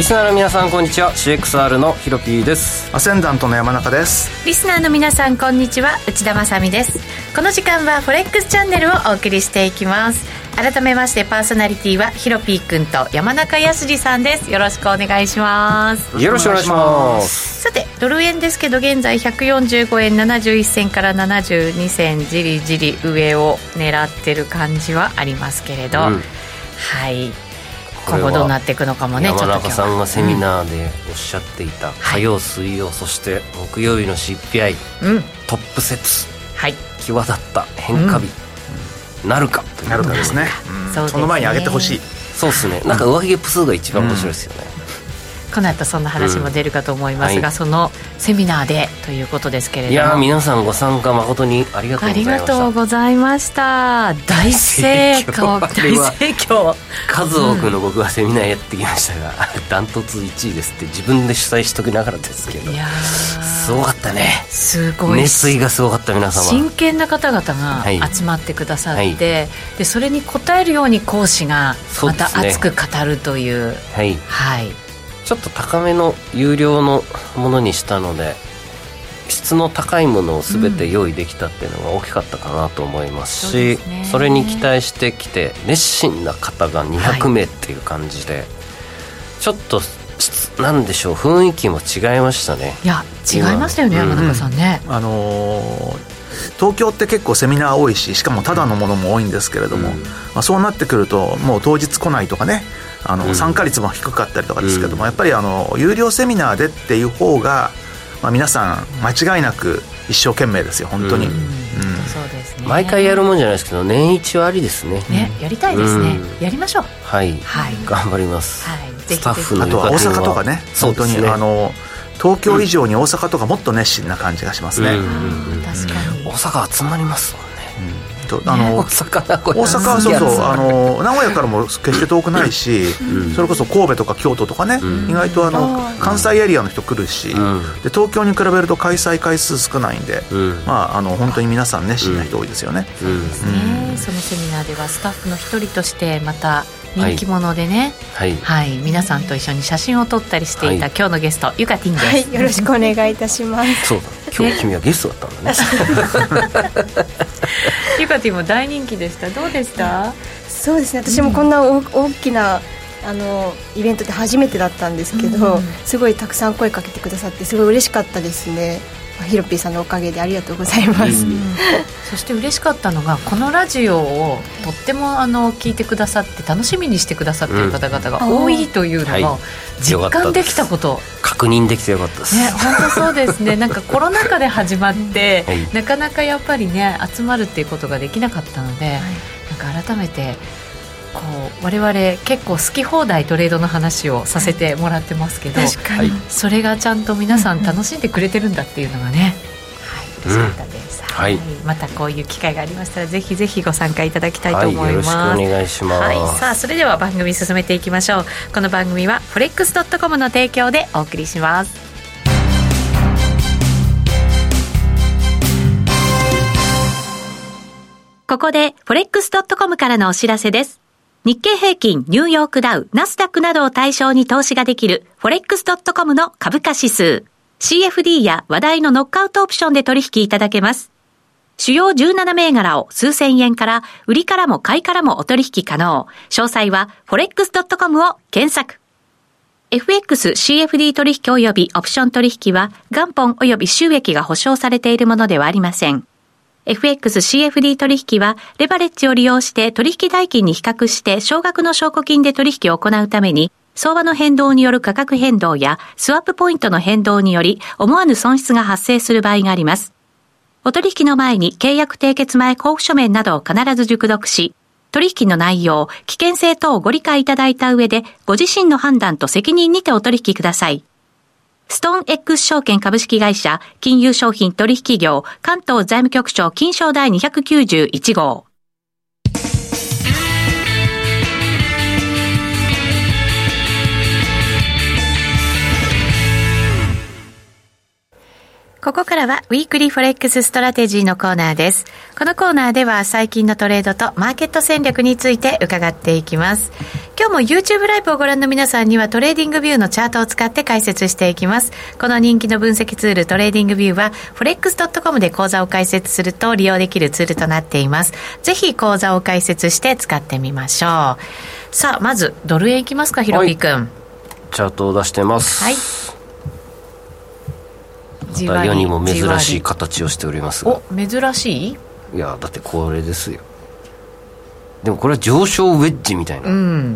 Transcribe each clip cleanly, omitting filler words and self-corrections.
スナーの皆さんこんにちは。 CXR のヒロピーです。 アセンダントの山中です。 リスナーの皆さんこんにちは、内田まさみです。この時間はフォレックスチャンネルをお送りしていきます。改めましてパーソナリティはヒロピーくんと山中康さんです。よろしくお願いします。 よろしくお願いします。 さてドル円ですけど現在145円71銭から72銭じりじり上を狙ってる感じはありますけれど、はい、今後どうなっていくのかもね。 山中さんがセミナーでおっしゃっていた火曜水曜、そして木曜日の CPI、トップ説、際立った変化日、なるかですね。その前に上げてほしい。 そうですね。なんか上髭プ数が一番面白いですよね。 この後そんな話も出るかと思いますが、そのセミナーでということですけれども、 いや皆さんご参加誠にありがとうございました。 ありがとうございました。大盛況。 数多くの僕がセミナーやってきましたが、ダントツ1位ですって自分で主催しときながらですけど、いやすごかったね。 すごい熱意がすごかった。皆様真剣な方々が集まってくださって、でそれに応えるように講師がまた熱く語るという、ちょっと高めの有料のものにしたので質の高いものを全て用意できたっていうのが大きかったかなと思いますし、それに期待してきて熱心な方が200名っていう感じで、ちょっとなんでしょう、雰囲気も違いましたね。 いや違いましたよね、山中さんね。 東京って結構セミナー多いし、しかもただのものも多いんですけれども、そうなってくるともう当日来ないとかね、参加率も低かったりとかですけども、やっぱり有料セミナーでっていう方が、皆さん間違いなく一生懸命ですよ本当に。 そうですね。 毎回やるもんじゃないですけど年一はありですね。 やりたいですね。やりましょう。 頑張ります。 スタッフのあとは大阪とかね、本当に東京以上に大阪とかもっと熱心な感じがしますね。 確かに大阪集まりますもんね。 大阪はそう名古屋からも決して遠くないし、それこそ神戸とか京都とかね、意外と関西エリアの人来るし、で東京に比べると開催回数少ないんで、本当に皆さん熱心な人多いですよね。 そうですね。そのセミナーではスタッフの一人としてまた人気者でね、皆さんと一緒に写真を撮ったりしていた今日のゲスト、ゆかてぃんです。 よろしくお願いいたします。 そうだ、今日君はゲストだったんだね。 ゆかてぃんも大人気でした。どうでした？ そうですね、私もこんな大きなイベントって初めてだったんですけど、すごいたくさん声かけてくださってすごい嬉しかったですね。ヒロピーさんのおかげでありがとうございます。 そして嬉しかったのが、このラジオをとっても聞いてくださって楽しみにしてくださっている方々が多いというのも実感できたこと、 確認できてよかったです。 本当そうですね。なんかコロナ禍で始まって、なかなかやっぱりね集まるっていうことができなかったので、なんか改めてこう我々結構好き放題トレードの話をさせてもらってますけど、それがちゃんと皆さん楽しんでくれてるんだっていうのがね、嬉しかったです。またこういう機会がありましたらぜひぜひご参加いただきたいと思います。 よろしくお願いします。 さあそれでは番組進めていきましょう。この番組は forex.com の提供でお送りします。ここで forex.com からのお知らせです。日経平均、ニューヨークダウ、ナスダックなどを対象に投資ができる forex.com の株価指数。CFD や話題のノックアウトオプションで取引いただけます。主要17銘柄を数千円から、売りからも買いからもお取引可能。詳細は forex.com を検索。FX、CFD 取引及びオプション取引は元本及び収益が保証されているものではありません。FX、CFD 取引はレバレッジを利用して取引代金に比較して少額の証拠金で取引を行うために、相場の変動による価格変動やスワップポイントの変動により思わぬ損失が発生する場合があります。お取引の前に契約締結前交付書面などを必ず熟読し、取引の内容、危険性等をご理解いただいた上で、ご自身の判断と責任にてお取引ください。ストーン X 証券株式会社、金融商品取引業、関東財務局長金商第291号。 ここからはウィークリーフォレックスストラテジーのコーナーです。このコーナーでは最近のトレードとマーケット戦略について伺っていきます。今日も YouTube ライブをご覧の皆さんにはトレーディングビューのチャートを使って解説していきます。この人気の分析ツールトレーディングビューは forex.com で口座を開設すると利用できるツールとなっています。ぜひ口座を開設して使ってみましょう。さあまずドル円いきますか、ひろぴくん、はい、 チャートを出してます。 はい、 また世にも珍しい形をしておりますが。 お、珍しい？ いやだってこれですよ。でもこれは上昇ウェッジみたいな、うん、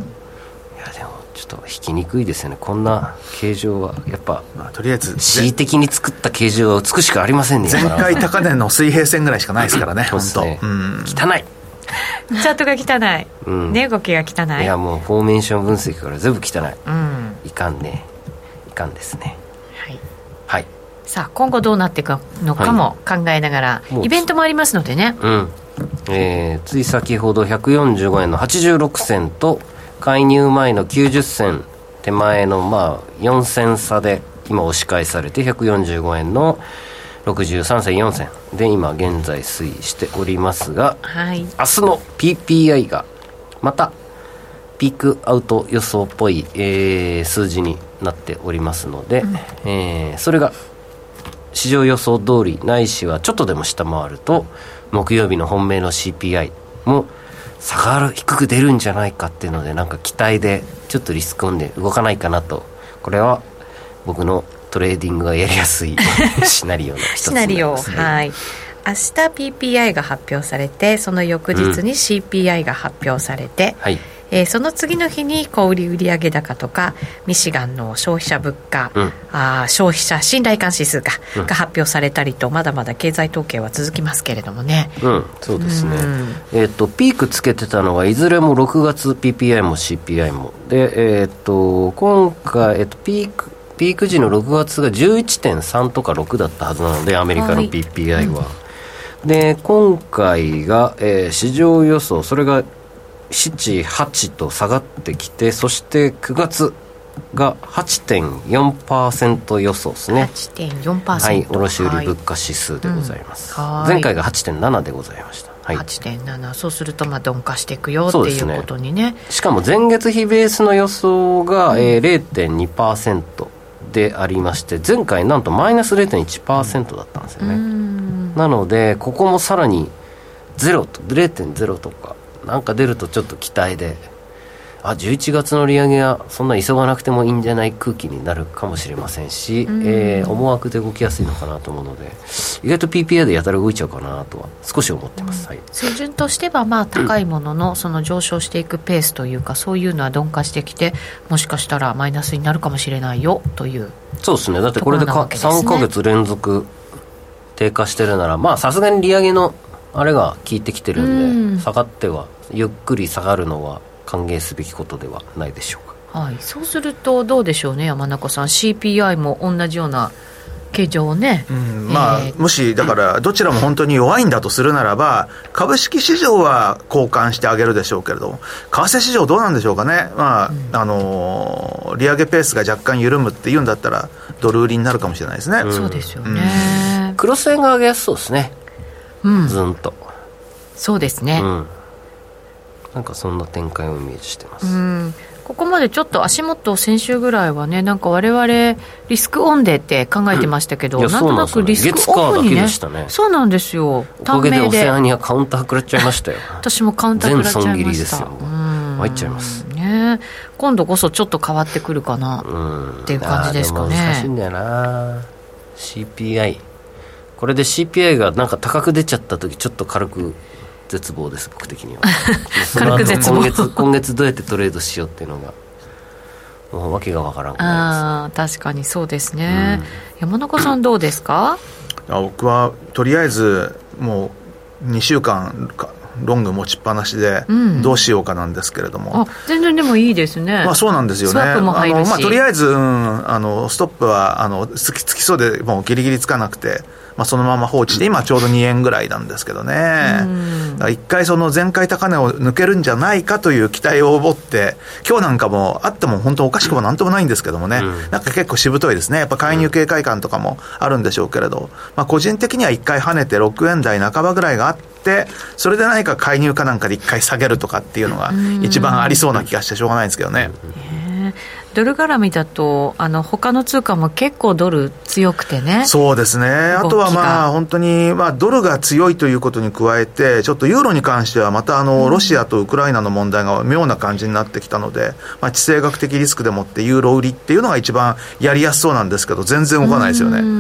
いやでもちょっと引きにくいですよね。こんな形状はやっぱ、 とりあえず恣意的に作った形状は美しくありませんね。 前回高値の水平線ぐらいしかないですからね本当、 ね、汚いチャートが汚い、うん、値動きが汚い。 いやもうフォーメーション分析から全部汚い、うん、いかんね、いかんですね。 はい、 はい、 さあ今後どうなっていくのかも考えながら、はい、イベントもありますのでね、 うん、つい先ほど145円の86銭と介入前の90銭手前のまあ4銭差で今押し返されて145円の63銭4銭で今現在推移しておりますが、 はい、 明日の PPI がまたピークアウト予想っぽい、数字になっておりますので、それが市場予想通りないしはちょっとでも下回ると木曜日の本命の CPI も下がる、低く出るんじゃないかっていうので、なんか期待でちょっとリスクオンで動かないかなと。これは僕のトレーディングがやりやすいシナリオの一つになります、ね、 シナリオ、はい、明日 PPI が発表されてその翌日に CPI が発表されて、 はい、 その次の日に小売売上高とかミシガンの消費者物価、消費者信頼感指数が発表されたりと、まだまだ経済統計は続きますけれどもね、 そうですね、ピークつけてたのがいずれも6月 PPI も CPI もで、今回、ピーク時の6月が 11.3 とか6だったはずなのでアメリカの PPI は、で今回が、市場予想それが7、8と下がってきて、そして9月が 8.4% 予想ですね。 8.4%、 はい、卸売物価指数でございます、前回が 8.7 でございました、はい、 8.7、そうするとまあ鈍化していくよっていうことに ね。 しかも前月比ベースの予想が、0.2% でありまして、前回なんとマイナス 0.1% だったんですよね。なのでここもさらに0と 0.0 とかなんか出るとちょっと期待で、11月の利上げはそんな急がなくてもいいんじゃない空気になるかもしれませんし、思惑で動きやすいのかなと思うので、意外と PPI でやたら動いちゃうかなとは少し思ってます、はい、 水準としてはまあ高いもののその上昇していくペースというか、そういうのは鈍化してきて、もしかしたらマイナスになるかもしれないよという。 そうですね。だってこれで3ヶ月連続低下してるなら、まあさすがに利上げのあれが効いてきてるんで、下がってはゆっくり下がるのは歓迎すべきことではないでしょうか。 はい、そうするとどうでしょうね、山中さん。 CPI も同じような形状をね、 もしだからどちらも本当に弱いんだとするならば、株式市場は交換してあげるでしょうけれども、為替市場どうなんでしょうかね。利上げペースが若干緩むっていうんだったらドル売りになるかもしれないですね、 そうですよね、 クロス円が上げやすそうですね、ずんと。 そうですね、 なんかそんな展開をイメージしてます。 ここまでちょっと足元先週ぐらいはね、なんか我々リスクオンでって考えてましたけど、なんとなくリスクオフにね、そうなんですよ。 おかげでオセアニアカウンター食らっちゃいましたよ私もカウンター食らっちゃいました。 全損切りですよ。参っちゃいますね。今度こそちょっと変わってくるかなっていう感じですかね。 難しいんだよな CPI。 これで CPI がなんか高く出ちゃった時ちょっと軽く絶望です、僕的には軽く絶望。今月どうやってトレードしようっていうのがもう訳がわからんくなります。確かにそうですね、山中さんどうですか？ 僕はとりあえずもう2週間ロング持ちっぱなしでどうしようかなんですけれども、 全然でもいいですね。 そうなんですよね。 スワップも入るし、 とりあえず、ストップはつきそうでもうギリギリつかなくて、そのまま放置して今ちょうど2円ぐらいなんですけどね。一回その前回高値を抜けるんじゃないかという期待を持って、今日なんかもあっても本当おかしくもなんともないんですけどもね、なんか結構しぶといですね。やっぱ介入警戒感とかもあるんでしょうけれど、個人的には一回跳ねて6円台半ばぐらいがあって、それで何か介入かなんかで一回下げるとかっていうのが一番ありそうな気がしてしょうがないんですけどね。 ドル絡みだと他の通貨も結構ドル強くてね。 そうですね。あとは本当にドルが強いということに加えて、ちょっとユーロに関してはまたロシアとウクライナの問題が妙な感じになってきたので、地政学的リスクでもってユーロ売りっていうのが一番やりやすそうなんですけど、全然動かないですよね。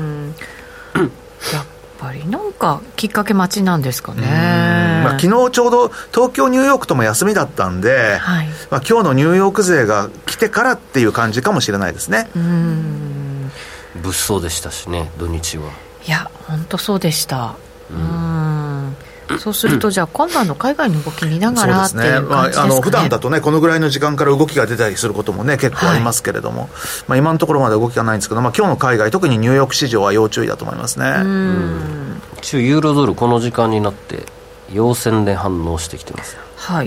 やっぱりなんかきっかけ待ちなんですかね。 昨日ちょうど東京ニューヨークとも休みだったんで、今日のニューヨーク勢が来てからっていう感じかもしれないですね。 物騒でしたしね、土日は。 いや本当そうでした。そうするとじゃあ今度海外の動き見ながらっていう感じですかね。 普段だとねこのぐらいの時間から動きが出たりすることもね結構ありますけれども、今のところまだ動きがないんですけど、今日の海外特にニューヨーク市場は要注意だと思いますね。 一応ユーロドルこの時間になって陽線で反応してきてます。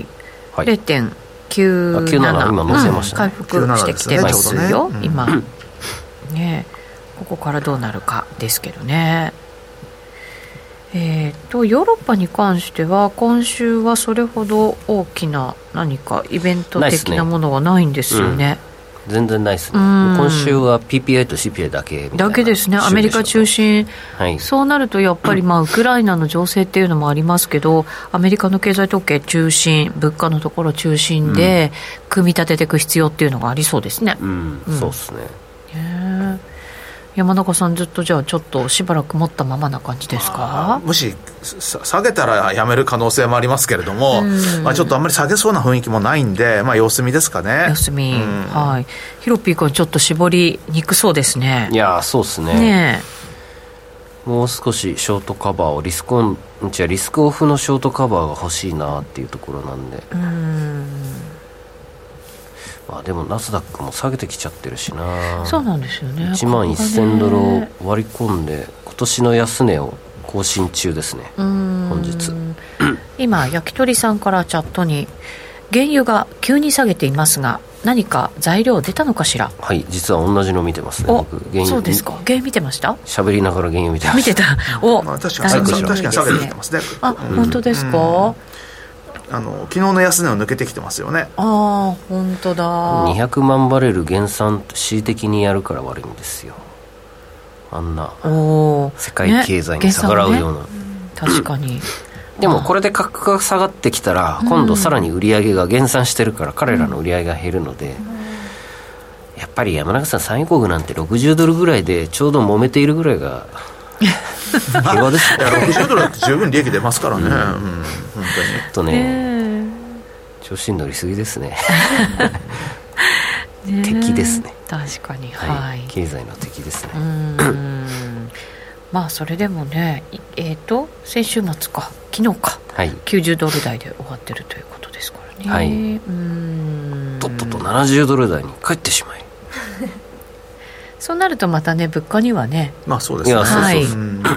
0.97 今乗せましたね。回復してきてますよ、今ね。ここからどうなるかですけどね。ヨーロッパに関しては今週はそれほど大きな何かイベント的なものはないんですよね。 全然ないですね。今週は PPI と CPI だけみたいなだけですね。アメリカ中心、そうなるとやっぱりウクライナの情勢っていうのもありますけど、アメリカの経済統計中心、物価のところ中心で組み立てていく必要っていうのがありそうですね。 そうですね。 山中さんずっとじゃあちょっとしばらく持ったままな感じですか？ もし下げたらやめる可能性もありますけれども、ちょっとあんまり下げそうな雰囲気もないんで、様子見ですかね。 様子見、ヒロピー君ちょっと絞りにくそうですね。 いやそうですね。もう少しショートカバーをリスクオフのショートカバーが欲しいなっていうところなんで、でもナスダックも下げてきちゃってるしな。 そうなんですよね。 1万1000ドルを割り込んで今年の安値を更新中ですね。本日今焼き鳥さんからチャットに原油が急に下げていますが何か材料出たのかしら。 実は同じの見てますね。僕原油そうですか。原油見てました？ 喋りながら原油見てました。 見てた。 確かに下げてきてますね。 本当ですか？ 昨日の安値を抜けてきてますよね。 本当だ。 200万バレル減産恣意的にやるから悪いんですよ。あんな世界経済に逆らうような、 確かに。 でもこれで価格が下がってきたら今度さらに売り上げが減産してるから彼らの売り上げが減るので、やっぱり山中さん産油国なんて60ドルぐらいでちょうど揉めているぐらいが平和ですね。 60ドルだって十分利益出ますからね。本当に調子に乗りすぎですね。敵ですね。 確かに、 経済の敵ですね。 それでもね、先週末か昨日か、90ドル台で終わってるということですからね。 とっとと70ドル台に帰ってしまいそうなるとまたね、物価にはね、 そうですね。 い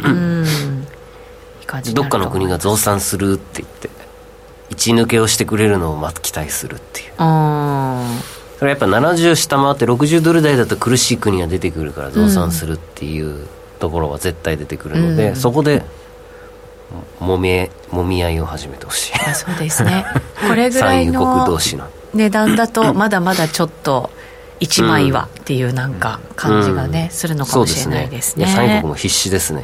い感じになると思います。 どっかの国が増産するって言って位置抜けをしてくれるのを期待するっていう。それはやっぱ70下回って60ドル台だと苦しい国が出てくるから増産するっていうところは絶対出てくるので、そこでもみ合いを始めてほしい。 そうですね。これぐらいの値段だとまだまだちょっと一枚はっていうなんか感じがね、するのかもしれないですね。 産油国も必死ですね。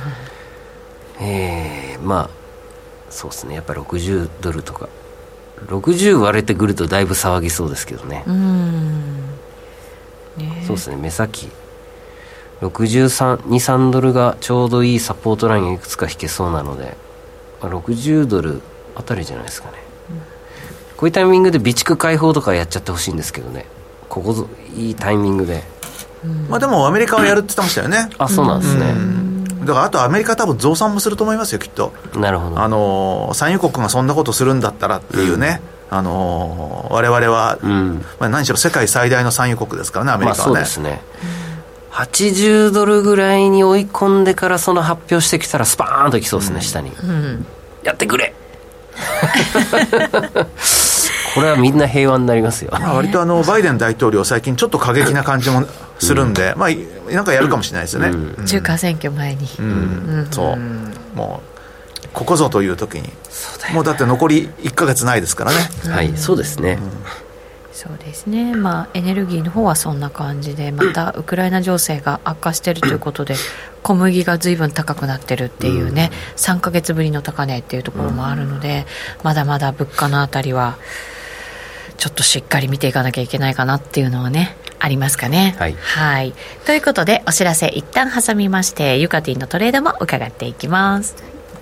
そうですね。やっぱり60ドルとか60割れてくるとだいぶ騒ぎそうですけどね。そうですね。目先63、3ドルがちょうどいいサポートラインがいくつか引けそうなので、60ドルあたりじゃないですかね。こういうタイミングで備蓄解放とかやっちゃってほしいんですけどね。ここいいタイミングで。 でもアメリカはやるって言ってましたよね。 そうなんですね。 だからあとアメリカ多分増産もすると思いますよきっと。 なるほど。 産油国がそんなことするんだったらっていうね、我々は、何しろ世界最大の産油国ですからね、アメリカはね。 そうですね。80ドルぐらいに追い込んでからその発表してきたらスパーンといきそうですね、下に。やってくれこれはみんな平和になりますよ。 割とバイデン大統領最近ちょっと過激な感じもするんで、なんかやるかもしれないですよね、 中間選挙前に、 そうもうここぞという時にもうだって残り1ヶ月ないですからね。 はい、そうですね、 そうですね、エネルギーの方はそんな感じで、またウクライナ情勢が悪化しているということで小麦が随分高くなってるっていうね、3ヶ月ぶりの高値っていうところもあるので、まだまだ物価のあたりはちょっとしっかり見ていかなきゃいけないかなっていうのはねありますかね。はい、ということでお知らせ一旦挟みまして、ユカティンのトレードも伺っていきます。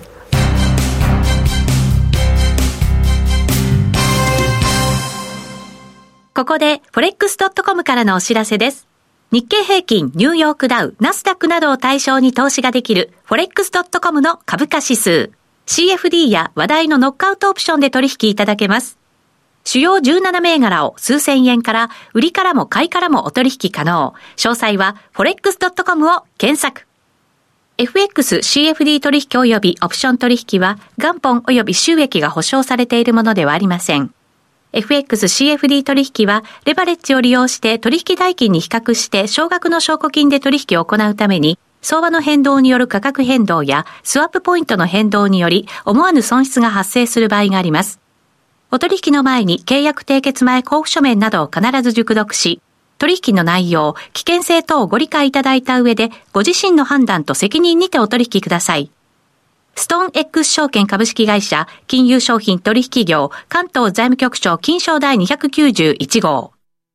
ここで forex.com からのお知らせです。日経平均、ニューヨークダウ、ナスダックなどを対象に投資ができる forex.com の株価指数。CFD や話題のノックアウトオプションで取引いただけます。主要17銘柄を数千円から、売りからも買いからもお取引可能。詳細は forex.com を検索。FX CFD 取引及びオプション取引は元本及び収益が保証されているものではありません。FX CFD 取引はレバレッジを利用して取引代金に比較して少額の証拠金で取引を行うために、相場の変動による価格変動やスワップポイントの変動により思わぬ損失が発生する場合があります。お取引の前に契約締結前交付書面などを必ず熟読し、取引の内容、危険性等をご理解いただいた上で、ご自身の判断と責任にてお取引ください。ストーン X 証券株式会社、金融商品取引業、関東財務局長金商第291号。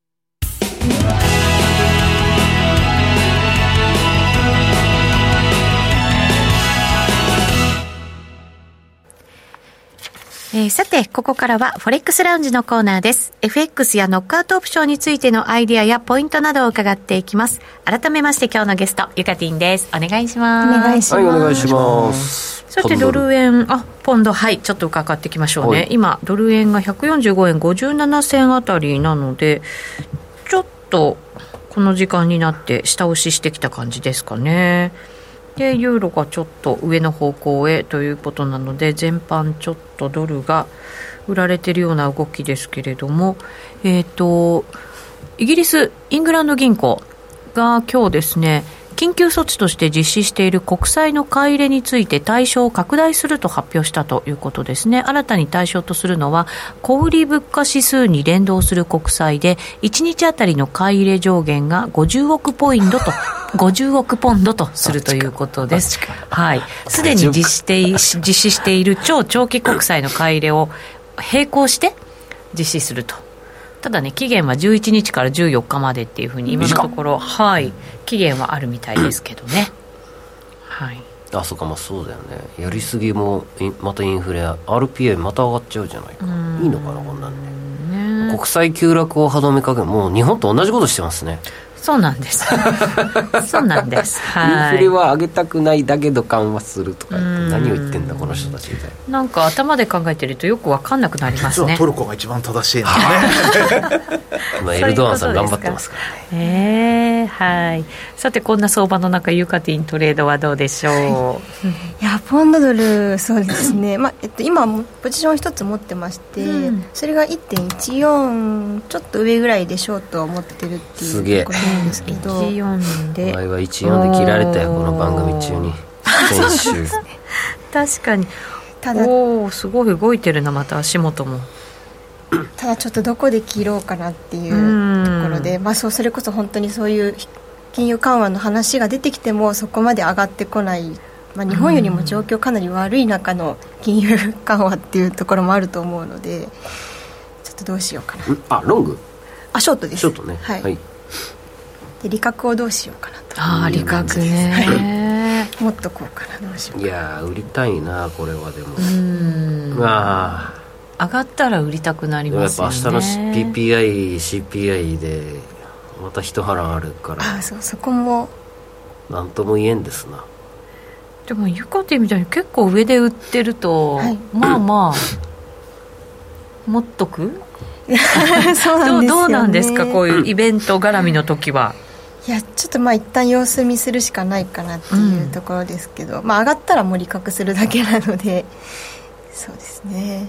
さて、ここからはフォレックスラウンジのコーナーです。FX やノックアウトオプションについてのアイディアやポイントなどを伺っていきます。改めまして今日のゲスト、ユカティンです。お願いします。 お願いします。 はい、お願いします。 さてドル円、ポンド、はい、ちょっと伺っていきましょうね。今ドル円が145円57銭あたりなので、ちょっとこの時間になって下押ししてきた感じですかね。でユーロがちょっと上の方向へということなので、全般ちょっとドルが売られているような動きですけれども、イギリスイングランド銀行が今日ですね、緊急措置として実施している国債の買い入れについて対象を拡大すると発表したということですね。新たに対象とするのは小売物価指数に連動する国債で、1日あたりの買い入れ上限が50億ポイントと50億ポンドとするということです。はい、すでに実施している超長期国債の買い入れを並行して実施すると。ただね、期限は11日から14日までっていうふうに今のところ、はい、期限はあるみたいですけどね。はい、 そうか、そうだよね。やりすぎもまたインフレ RPI また上がっちゃうじゃないか。いいのかな、こんなんね。国債急落を歯止めかけ、もう日本と同じことしてますね。 そうなんですそうなんです、はい、 インフレは上げたくないだけど緩和するとか言って、何を言ってんだこの人たちみたいな。 なんか頭で考えてるとよく分かんなくなりますね。 実はトルコが一番正しいんだねエルドアンさん頑張ってますからね。 はい。さてこんな相場の中、ユカティントレードはどうでしょう。 いやポンドドル、そうですね、今ポジション一つ持ってまして、それが 1.14 ちょっと上ぐらいでショートを持ってるっていうところなんですけど、 14で、 お前は14で切られたよ、この番組中に。先週確かに。 ただすごい動いてるな、また足元も。 ただちょっとどこで切ろうかなっていうところで、それこそ本当にそういう金融緩和の話が出てきてもそこまで上がってこない、日本よりも状況かなり悪い中の金融緩和っていうところもあると思うので、ちょっとどうしようかな。 ロング？ ショートです。 ショートね。 はい。 はい、 で利確をどうしようかなと。 利確ね持っとこうかな、どうしようかな。 いや売りたいな、これは。でも上がったら売りたくなりますよね。 やっぱ明日の PPI、CPI でまた一波乱あるから、 そこもなんとも言えんですな。 でもユカティみたいに結構上で売ってると、 はい、 まあまあ持っとくそうなんですよね。 どうなんですか、こういうイベント絡みの時は。 いやちょっと一旦様子見するしかないかなっていうところですけど、上がったらもう利確するだけなのでそうですね、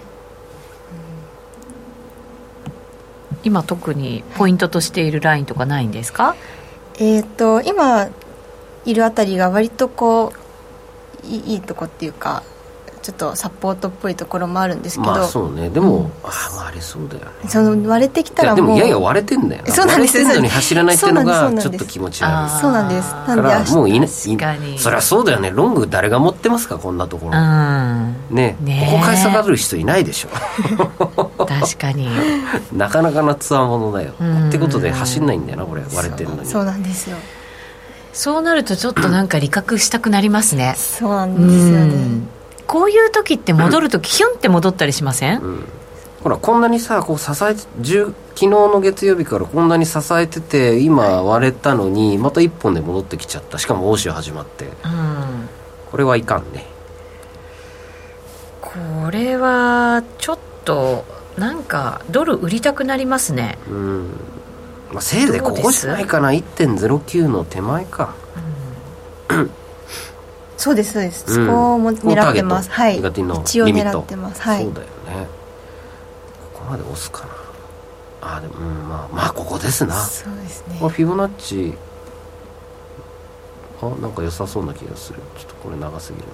今特にポイントとしているラインとかないんですか？ 今いるあたりが割とこういいとこっていうかちょっとサポートっぽいところもあるんですけど、 そうね、でも、割れそうだよね。 その割れてきたらもうでもやや割れてんだよな。 そうなんです、 割れてんのに走らないっていうのがちょっと気持ち悪い。 そうなんです。 だからもういいね。 確かにそりゃそうだよね。ロング誰が持ってますか、こんなところ。ね、ここ買い下がる人いないでしょ。 確かになかなかなつわものだよ。ってことで走んないんだよな、これ割れてるのに。 そうなんですよ。 そうなるとちょっとなんか利確したくなりますね。 そうなんですよね。 こういう時って戻るとヒュンって戻ったりしません？ ほらこんなにさこう支えて昨日の月曜日からこんなに支えてて今割れたのにまた一本で戻ってきちゃった。しかも欧州始まって、これはいかんね。 これはちょっとなんかドル売りたくなりますね。 せいぜいここじゃないかな。 1.09 の手前か。 そうですそうです、そこも狙ってます。はい、一応狙ってます。はい、 そうだよね。ここまで押すかな。でも、ここですな。 そうですね。 フィボナッチなんか良さそうな気がする。ちょっとこれ長すぎる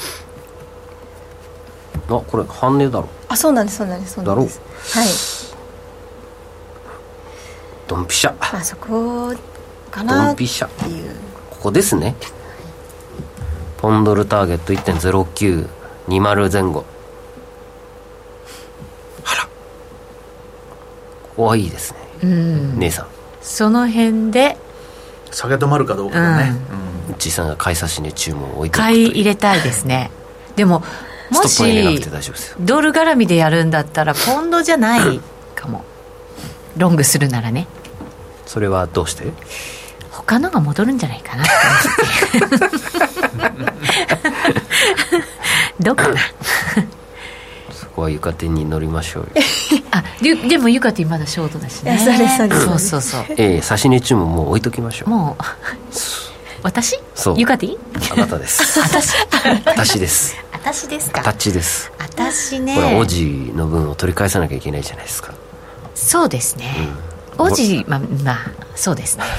な。これ半値だろ。 そうなんですそうなんですそうなんです。はい、 ドンピシャ。 そこかなっていう。 ここですね。ポンドルターゲット 1.0920 前後。ここはいいですね。姉さんその辺で下げ止まるかどうかだね。 内さんが買い差し値注文を置いて買い入れたいですね。でももしドル絡みでやるんだったらポンドじゃないかも。ロングするならね。 それはどうして？ 他のが戻るんじゃないかなってどうかな。 そこはユカティンに乗りましょうよ。でもユカティンまだショートだしね。そう差し値注文もう置いときましょう。 もう私？ユカティン？ あなたです。私です。 私ですか？ 私です。 私ね。 これオジの分を取り返さなきゃいけないじゃないですか。 そうですね。オジそうですね。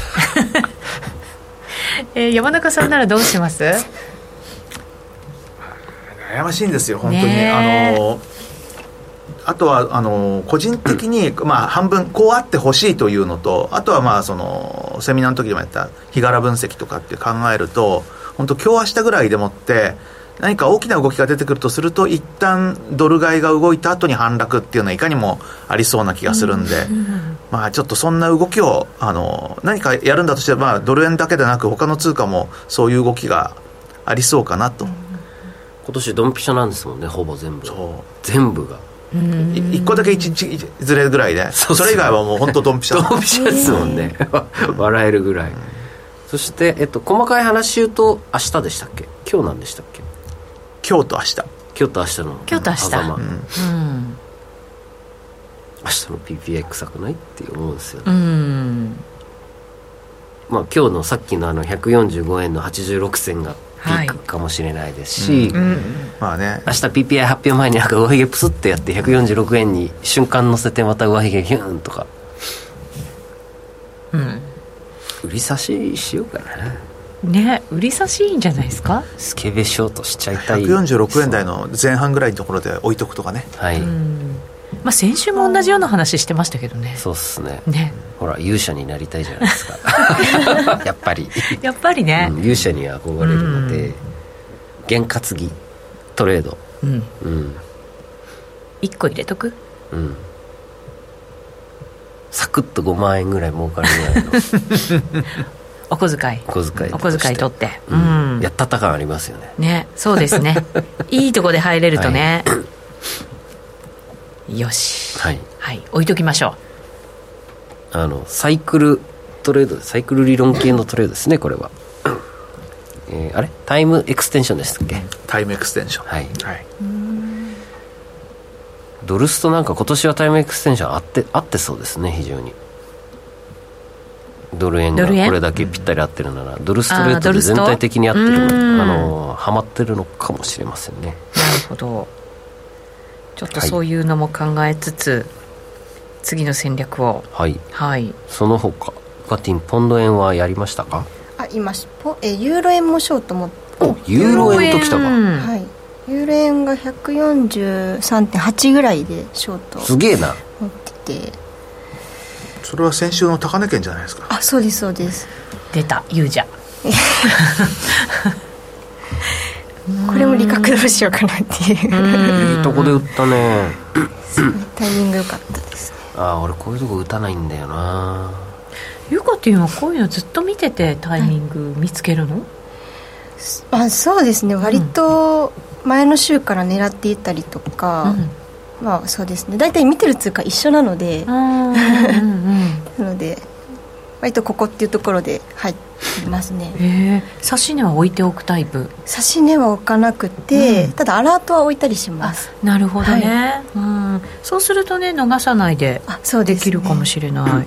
山中さんならどうします？ 悩ましいんですよ本当に。あとは個人的に、半分こうあってほしいというのと、あとはそのセミナーの時でもやった日柄分析とかって考えると、本当今日明日ぐらいでもって何か大きな動きが出てくるとすると、一旦ドル買いが動いた後に反落っていうのはいかにもありそうな気がするんで、ちょっとそんな動きを何かやるんだとしては、ドル円だけでなく他の通貨もそういう動きがありそうかなと。 今年ドンピシャなんですもんね、ほぼ全部。全部が 1個だけ1日ずれぐらいで、それ以外はもう本当ドンピシャドンピシャですもんね。笑えるぐらい。そして、細かい話言うと明日でしたっけ？今日なんでしたっけ？ 今日と明日。 今日と明日の明日の PPI 臭くないって思うんですよね。今日のさっきの145円の86銭がピークかもしれないですし、明日 PPI 発表前に上髭プスってやって146円に瞬間乗せてまた上髭ヒューンとか、売り差ししようかなね。売り差しいいんじゃないですか。 スケベショートしちゃいたい。 146円台の前半ぐらいのところで置いとくとかね。 はい。 先週も同じような話してましたけどね。 そうっすね。 ほら勇者になりたいじゃないですか。やっぱりね、 勇者には憧れるので、験担ぎトレード、 1個入れとく。 サクッと5万円ぐらい儲かるぐらいのお小遣い取って、 やった感ありますよね。そうですね。いいとこで入れるとね、よし、置いときましょう。サイクルトレード、サイクル理論系のトレードですね、これは。 あれタイムエクステンションでしたっけ。 タイムエクステンション、 はい、 はい、 ドルストなんか今年はタイムエクステンションあってそうですね。非常にドル円がこれだけぴったり合ってるなら、ドルストレートで全体的に合ってるのハマってるのかもしれませんね。 なるほど。ちょっとそういうのも考えつつ、次の戦略を。 はい、 はい、 その他ガティンポンド円はやりましたか。 今ユーロ円もショートもユーロ円ときたか。 はい、ユーロ円が 143.8 ぐらいでショートすげえな持ってて、 それは先週の高値圏じゃないですか。 あ、そうですそうです。 出たユージャこれも利確どうしようかなっていういいとこで売ったね。 すごいタイミング良かったですね。 俺こういうとこ打たないんだよな。 ゆかていうのはこういうのずっと見ててタイミング見つけるの？ そうですね、割と前の週から狙っていったりとか、そうですね、大体見てる通貨一緒なのでなので割とここっていうところで入ってますね。 指値は置いておくタイプ？ 指値は置かなくて、ただアラートは置いたりします。 なるほどね、そうするとね逃さないでできるかもしれない。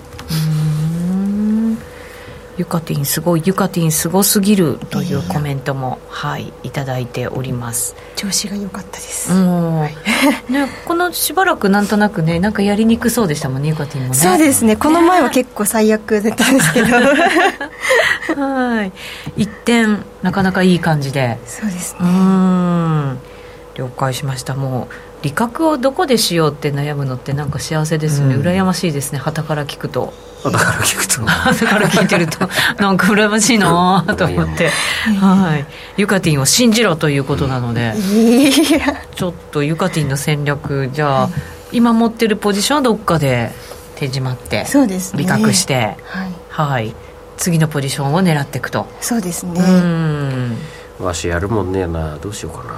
ゆかてぃんすごい、ゆかてぃんすごすぎるというコメントも、いただいております。 調子が良かったです、 ね、このしばらくなんとなくね、なんかやりにくそうでしたもんね、ゆかてぃんもね。 そうですね、この前は結構最悪だったんですけど一点なかなかいい感じで。 そうですね、 了解しました。もう利確をどこでしようって悩むのってなんか幸せですね、羨ましいですね。傍から聞くと傍から聞いてるとなんか羨ましいなと思ってゆかてぃんを信じろということなので、ちょっとゆかてぃんの戦略、じゃあ、今持ってるポジションはどっかで手締まって、 そうですね、 利確して、次のポジションを狙っていくと。 そうですね。 わしやるもんねえな、どうしようかな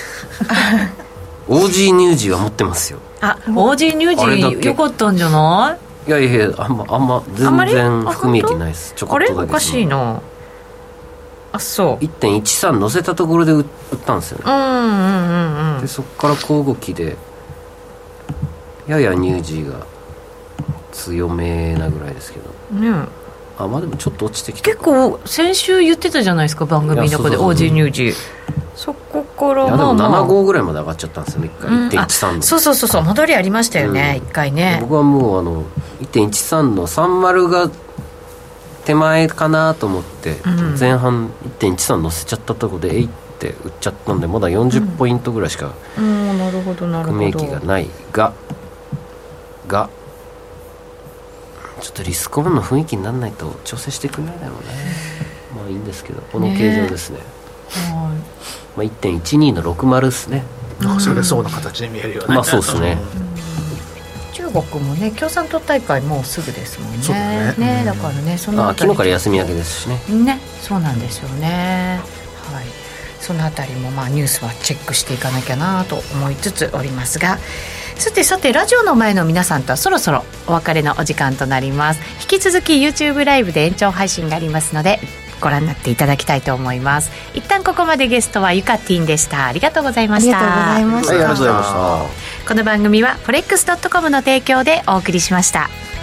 OG ニュージーは持ってますよ。 OG ニュージーよかったんじゃない？ いやあんま全然含み益ないです。ちょこっとだけ。 あれおかしいな。そう 1.13 乗せたところで売ったんですよね。でそこから小動きでややニュージーが強めなぐらいですけどね。でもちょっと落ちてきた。 結構先週言ってたじゃないですか、番組の中で OG ニュージー。そこからでも75ぐらいまで上がっちゃったんですよね、1回。1.13 のそう戻りありましたよね、1回ね。 僕はもう1.13 の30が手前かなと思って、前半 1.13 乗せちゃったところでって売っちゃったんで、まだ40ポイントぐらいしか含み益がないがちょっとリスクオンの雰囲気にならないと調整してくれないだろうね。いいんですけど、この形状ですね。1.12 の60ですね。 それそうな形に見えるよね。 そうですね。 中国もね、共産党大会もうすぐですもんね。 そうだね。 だからね、その昨日から休み明けですしね。 そうなんですよね。そのあたりもニュースはチェックしていかなきゃなと思いつつおりますが、さてラジオの前の皆さんとはそろそろお別れのお時間となります。引き続き YouTube ライブで延長配信がありますのでご覧になっていただきたいと思います。一旦ここまでゲストはゆかてぃんでした。ありがとうございました。 ありがとうございました。 ありがとうございました。 この番組は forex.com の提供でお送りしました。